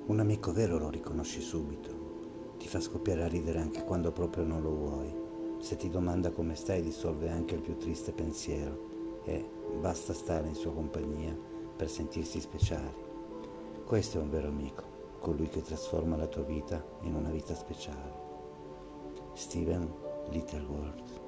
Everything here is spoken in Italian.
Un amico vero lo riconosci subito, ti fa scoppiare a ridere anche quando proprio non lo vuoi. Se ti domanda come stai dissolve anche il più triste pensiero e basta stare in sua compagnia per sentirsi speciali. Questo è un vero amico, colui che trasforma la tua vita in una vita speciale. Steven Littleworth.